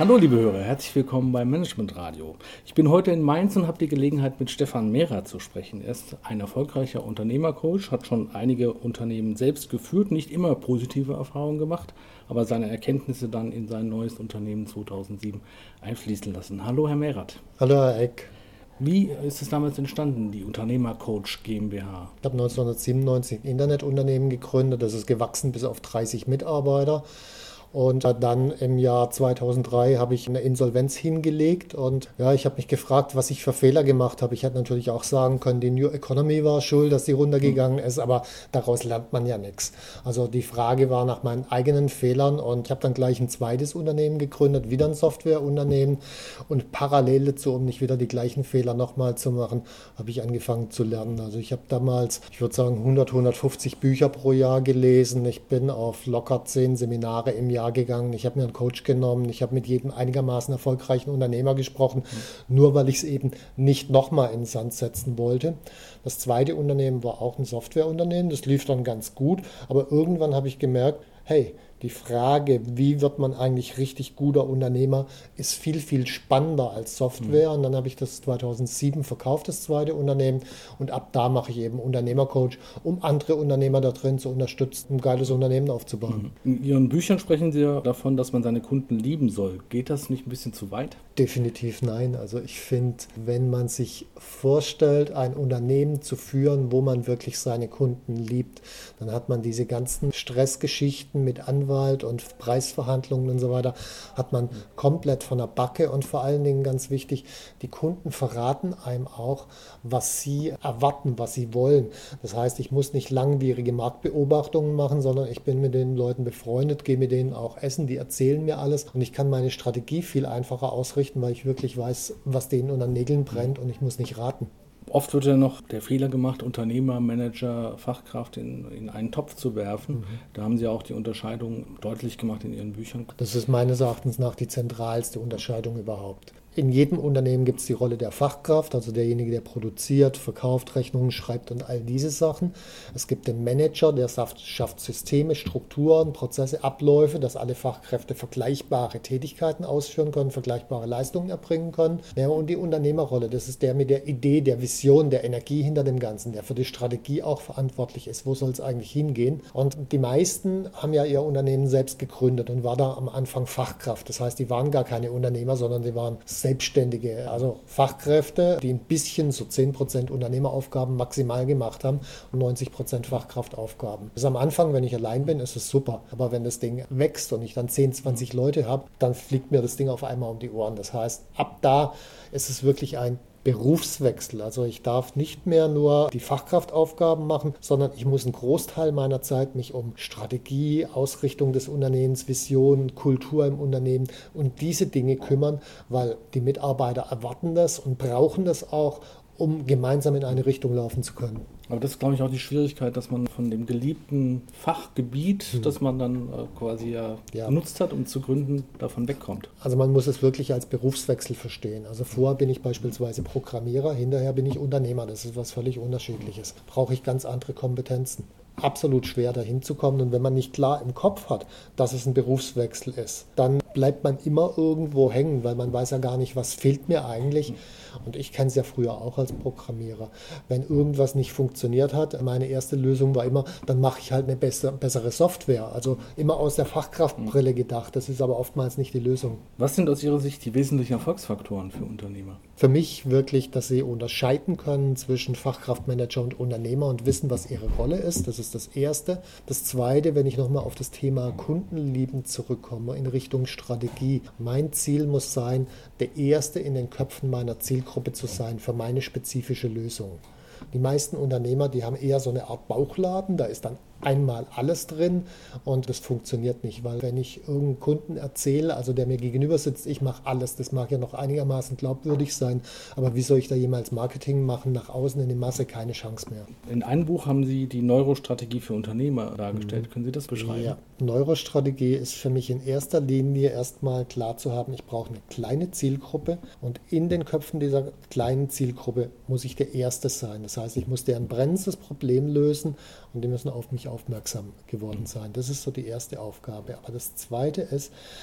Hallo liebe Hörer, herzlich willkommen beim Management Radio. Ich bin heute in Mainz und habe die Gelegenheit, mit Stefan Mehrath zu sprechen. Er ist ein erfolgreicher Unternehmercoach, hat schon einige Unternehmen selbst geführt, nicht immer positive Erfahrungen gemacht, aber seine Erkenntnisse dann in sein neues Unternehmen 2007 einfließen lassen. Hallo Herr Mehrath. Hallo Herr Eck. Wie ist es damals entstanden, die Unternehmercoach GmbH? Ich habe 1997 ein Internetunternehmen gegründet, das ist gewachsen bis auf 30 Mitarbeiter. Und dann im Jahr 2003 habe ich eine Insolvenz hingelegt und ja, ich habe mich gefragt, was ich für Fehler gemacht habe. Ich hätte natürlich auch sagen können, die New Economy war schuld, dass sie runtergegangen ist, aber daraus lernt man ja nichts. Also die Frage war nach meinen eigenen Fehlern und ich habe dann gleich ein zweites Unternehmen gegründet, wieder ein Softwareunternehmen und parallel dazu, um nicht wieder die gleichen Fehler nochmal zu machen, habe ich angefangen zu lernen. Also ich habe damals, ich würde sagen, 150 Bücher pro Jahr gelesen. Ich bin auf locker 10 Seminare im Jahr gegangen. Ich habe mir einen Coach genommen. Ich habe mit jedem einigermaßen erfolgreichen Unternehmer gesprochen, nur weil ich es eben nicht nochmal in den Sand setzen wollte. Das zweite Unternehmen war auch ein Softwareunternehmen. Das lief dann ganz gut. Aber irgendwann habe ich gemerkt, hey, die Frage, wie wird man eigentlich richtig guter Unternehmer, ist viel, viel spannender als Software. Und dann habe ich das 2007 verkauft, das zweite Unternehmen. Und ab da mache ich eben Unternehmercoach, um andere Unternehmer da drin zu unterstützen, ein geiles Unternehmen aufzubauen. In Ihren Büchern sprechen Sie ja davon, dass man seine Kunden lieben soll. Geht das nicht ein bisschen zu weit? Definitiv nein. Also ich finde, wenn man sich vorstellt, ein Unternehmen zu führen, wo man wirklich seine Kunden liebt, dann hat man diese ganzen Stressgeschichten mit Anwalt und Preisverhandlungen und so weiter, hat man komplett von der Backe und vor allen Dingen ganz wichtig, die Kunden verraten einem auch, was sie erwarten, was sie wollen. Das heißt, ich muss nicht langwierige Marktbeobachtungen machen, sondern ich bin mit den Leuten befreundet, gehe mit denen auch essen, die erzählen mir alles und ich kann meine Strategie viel einfacher ausrichten, weil ich wirklich weiß, was denen unter den Nägeln brennt und ich muss nicht raten. Oft wird ja noch der Fehler gemacht, Unternehmer, Manager, Fachkraft in einen Topf zu werfen. Da haben Sie auch die Unterscheidung deutlich gemacht in Ihren Büchern. Das ist meines Erachtens nach die zentralste Unterscheidung überhaupt. In jedem Unternehmen gibt es die Rolle der Fachkraft, also derjenige, der produziert, verkauft, Rechnungen schreibt und all diese Sachen. Es gibt den Manager, der schafft Systeme, Strukturen, Prozesse, Abläufe, dass alle Fachkräfte vergleichbare Tätigkeiten ausführen können, vergleichbare Leistungen erbringen können. Ja, und die Unternehmerrolle, das ist der mit der Idee, der Vision, der Energie hinter dem Ganzen, der für die Strategie auch verantwortlich ist. Wo soll es eigentlich hingehen? Und die meisten haben ja ihr Unternehmen selbst gegründet und war da am Anfang Fachkraft. Das heißt, die waren gar keine Unternehmer, sondern die waren Selbstständige, also Fachkräfte, die ein bisschen so 10% Unternehmeraufgaben maximal gemacht haben und 90% Fachkraftaufgaben. Das ist am Anfang, wenn ich allein bin, ist es super. Aber wenn das Ding wächst und ich dann 10, 20 Leute habe, dann fliegt mir das Ding auf einmal um die Ohren. Das heißt, ab da ist es wirklich ein Berufswechsel. Also ich darf nicht mehr nur die Fachkraftaufgaben machen, sondern ich muss einen Großteil meiner Zeit mich um Strategie, Ausrichtung des Unternehmens, Vision, Kultur im Unternehmen und diese Dinge kümmern, weil die Mitarbeiter erwarten das und brauchen das auch, um gemeinsam in eine Richtung laufen zu können. Aber das ist, glaube ich, auch die Schwierigkeit, dass man von dem geliebten Fachgebiet, das man dann quasi genutzt hat, um zu gründen, davon wegkommt. Also man muss es wirklich als Berufswechsel verstehen. Also vorher bin ich beispielsweise Programmierer, hinterher bin ich Unternehmer. Das ist was völlig Unterschiedliches. Brauche ich ganz andere Kompetenzen. Absolut schwer dahin zu kommen. Und wenn man nicht klar im Kopf hat, dass es ein Berufswechsel ist, dann bleibt man immer irgendwo hängen, weil man weiß ja gar nicht, was fehlt mir eigentlich. Und ich kenne es ja früher auch als Programmierer. Wenn irgendwas nicht funktioniert hat, meine erste Lösung war immer, dann mache ich halt eine bessere Software. Also immer aus der Fachkraftbrille gedacht. Das ist aber oftmals nicht die Lösung. Was sind aus Ihrer Sicht die wesentlichen Erfolgsfaktoren für Unternehmer? Für mich wirklich, dass sie unterscheiden können zwischen Fachkraftmanager und Unternehmer und wissen, was ihre Rolle ist. Das ist das Erste. Das Zweite, wenn ich nochmal auf das Thema Kundenlieben zurückkomme, in Richtung Strategie. Mein Ziel muss sein, der Erste in den Köpfen meiner Zielgruppe zu sein für meine spezifische Lösung. Die meisten Unternehmer, die haben eher so eine Art Bauchladen, da ist dann einmal alles drin und das funktioniert nicht, weil wenn ich irgendeinem Kunden erzähle, also der mir gegenüber sitzt, ich mache alles, das mag ja noch einigermaßen glaubwürdig sein, aber wie soll ich da jemals Marketing machen, nach außen in die Masse, keine Chance mehr. In einem Buch haben Sie die Neurostrategie für Unternehmer dargestellt. Können Sie das beschreiben? Ja, Neurostrategie ist für mich in erster Linie erstmal klar zu haben, ich brauche eine kleine Zielgruppe und in den Köpfen dieser kleinen Zielgruppe muss ich der Erste sein. Das heißt, ich muss deren brennendes Problem lösen und die müssen auf mich aufmerksam geworden sein. Das ist so die erste Aufgabe. Aber das Zweite ist,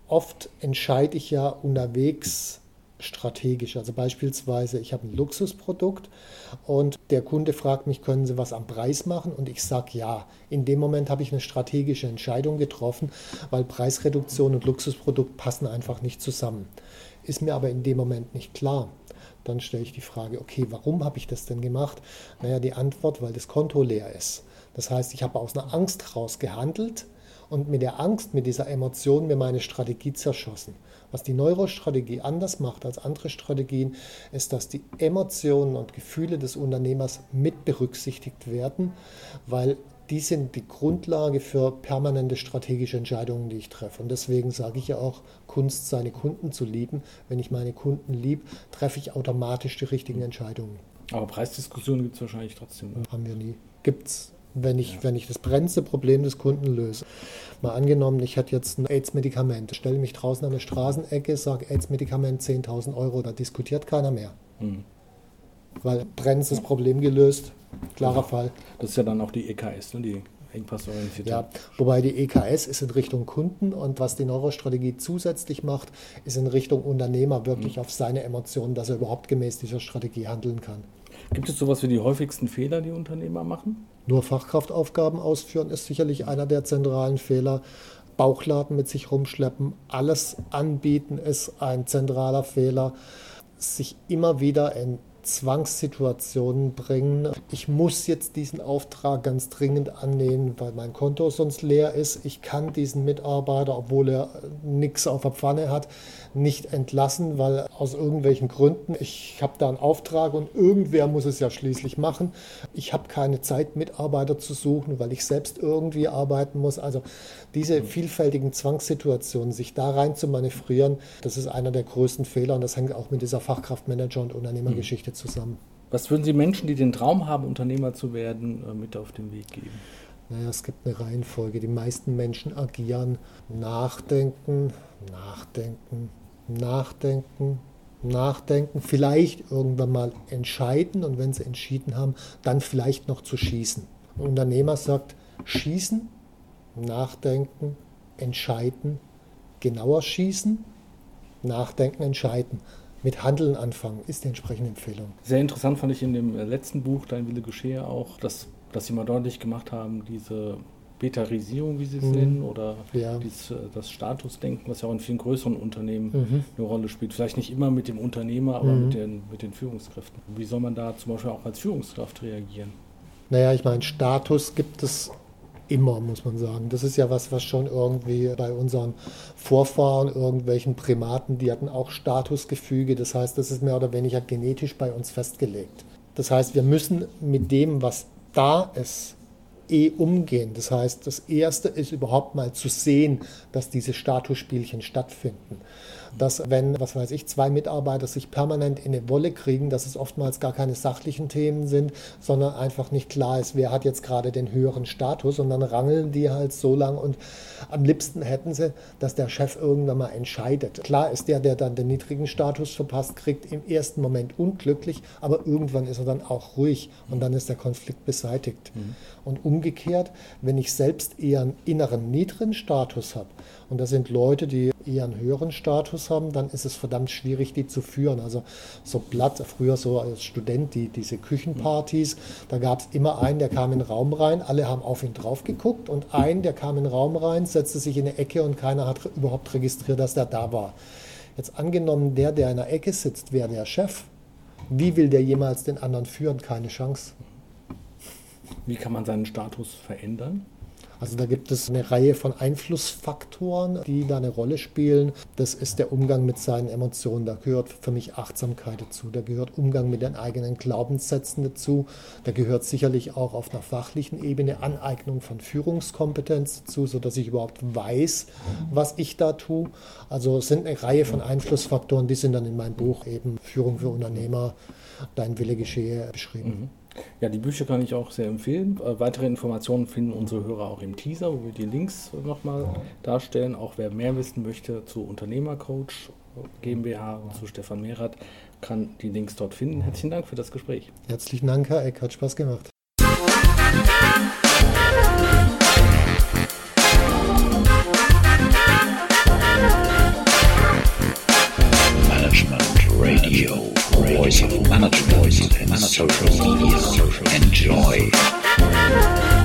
Oft entscheide ich ja unterwegs strategisch. Also beispielsweise, ich habe ein Luxusprodukt und der Kunde fragt mich, können Sie was am Preis machen? Und ich sage ja. In dem Moment habe ich eine strategische Entscheidung getroffen, weil Preisreduktion und Luxusprodukt passen einfach nicht zusammen. Ist mir aber in dem Moment nicht klar. Dann stelle ich die Frage, okay, warum habe ich das denn gemacht? Naja, die Antwort, weil das Konto leer ist. Das heißt, ich habe aus einer Angst raus gehandelt und mit der Angst, mit dieser Emotion mir meine Strategie zerschossen. Was die Neurostrategie anders macht als andere Strategien, ist, dass die Emotionen und Gefühle des Unternehmers mit berücksichtigt werden, weil die sind die Grundlage für permanente strategische Entscheidungen, die ich treffe. Und deswegen sage ich ja auch, Kunst, seine Kunden zu lieben. Wenn ich meine Kunden liebe, treffe ich automatisch die richtigen Entscheidungen. Aber Preisdiskussionen gibt es wahrscheinlich trotzdem. Ne? Haben wir nie. Gibt es. Wenn ich das brennendste Problem des Kunden löse. Mal angenommen, ich hätte jetzt ein AIDS-Medikament, stelle mich draußen an eine Straßenecke, sage AIDS-Medikament 10.000 €, da diskutiert keiner mehr. Weil brennendes Problem gelöst, klarer Fall. Das ist ja dann auch die EKS, ne? Die engpassorientierte. Ja, wobei die EKS ist in Richtung Kunden und was die Neurostrategie zusätzlich macht, ist in Richtung Unternehmer wirklich auf seine Emotionen, dass er überhaupt gemäß dieser Strategie handeln kann. Gibt es sowas wie die häufigsten Fehler, die Unternehmer machen? Nur Fachkraftaufgaben ausführen ist sicherlich einer der zentralen Fehler. Bauchladen mit sich rumschleppen, alles anbieten ist ein zentraler Fehler. Sich immer wieder in Zwangssituationen bringen. Ich muss jetzt diesen Auftrag ganz dringend annehmen, weil mein Konto sonst leer ist. Ich kann diesen Mitarbeiter, obwohl er nichts auf der Pfanne hat, nicht entlassen, weil aus irgendwelchen Gründen, ich habe da einen Auftrag und irgendwer muss es ja schließlich machen. Ich habe keine Zeit, Mitarbeiter zu suchen, weil ich selbst irgendwie arbeiten muss. Also diese vielfältigen Zwangssituationen, sich da rein zu manövrieren, das ist einer der größten Fehler und das hängt auch mit dieser Fachkraftmanager- und Unternehmergeschichte zusammen. Was würden Sie Menschen, die den Traum haben, Unternehmer zu werden, mit auf den Weg geben? Naja, es gibt eine Reihenfolge. Die meisten Menschen agieren, nachdenken, vielleicht irgendwann mal entscheiden und wenn sie entschieden haben, dann vielleicht noch zu schießen. Ein Unternehmer sagt, schießen, nachdenken, entscheiden, genauer schießen, nachdenken, entscheiden. Mit Handeln anfangen ist die entsprechende Empfehlung. Sehr interessant fand ich in dem letzten Buch, Dein Wille geschehe, auch, dass Sie mal deutlich gemacht haben, diese Betarisierung, wie Sie es nennen, oder das Statusdenken, was ja auch in vielen größeren Unternehmen eine Rolle spielt. Vielleicht nicht immer mit dem Unternehmer, aber mit den Führungskräften. Wie soll man da zum Beispiel auch als Führungskraft reagieren? Naja, ich meine, Status gibt es immer, muss man sagen. Das ist ja was schon irgendwie bei unseren Vorfahren, irgendwelchen Primaten, die hatten auch Statusgefüge. Das heißt, das ist mehr oder weniger genetisch bei uns festgelegt. Das heißt, wir müssen mit dem, was da ist, umgehen. Das heißt, das Erste ist überhaupt mal zu sehen, dass diese Statusspielchen stattfinden. Dass wenn, was weiß ich, zwei Mitarbeiter sich permanent in eine Wolle kriegen, dass es oftmals gar keine sachlichen Themen sind, sondern einfach nicht klar ist, wer hat jetzt gerade den höheren Status und dann rangeln die halt so lang und am liebsten hätten sie, dass der Chef irgendwann mal entscheidet. Klar ist der dann den niedrigen Status verpasst, kriegt im ersten Moment unglücklich, aber irgendwann ist er dann auch ruhig und dann ist der Konflikt beseitigt. Und umgekehrt, wenn ich selbst eher einen inneren niedrigen Status habe und das sind Leute, die eher einen höheren Status haben, dann ist es verdammt schwierig, die zu führen. Also so platt, früher so als Student, diese Küchenpartys, da gab es immer einen, der kam in den Raum rein, alle haben auf ihn drauf geguckt und einen, der kam in den Raum rein, setzte sich in eine Ecke und keiner hat überhaupt registriert, dass der da war. Jetzt angenommen, der in der Ecke sitzt, wäre der Chef. Wie will der jemals den anderen führen? Keine Chance. Wie kann man seinen Status verändern? Also da gibt es eine Reihe von Einflussfaktoren, die da eine Rolle spielen. Das ist der Umgang mit seinen Emotionen. Da gehört für mich Achtsamkeit dazu. Da gehört Umgang mit den eigenen Glaubenssätzen dazu. Da gehört sicherlich auch auf einer fachlichen Ebene Aneignung von Führungskompetenz dazu, sodass ich überhaupt weiß, was ich da tue. Also es sind eine Reihe von Einflussfaktoren, die sind dann in meinem Buch eben Führung für Unternehmer, Dein Wille geschehe beschrieben. Ja, die Bücher kann ich auch sehr empfehlen. Weitere Informationen finden unsere Hörer auch im Teaser, wo wir die Links nochmal darstellen. Auch wer mehr wissen möchte zu Unternehmercoach GmbH und zu Stefan Mehrath, kann die Links dort finden. Herzlichen Dank für das Gespräch. Herzlichen Dank, Herr Eck, hat Spaß gemacht. social media. Enjoy.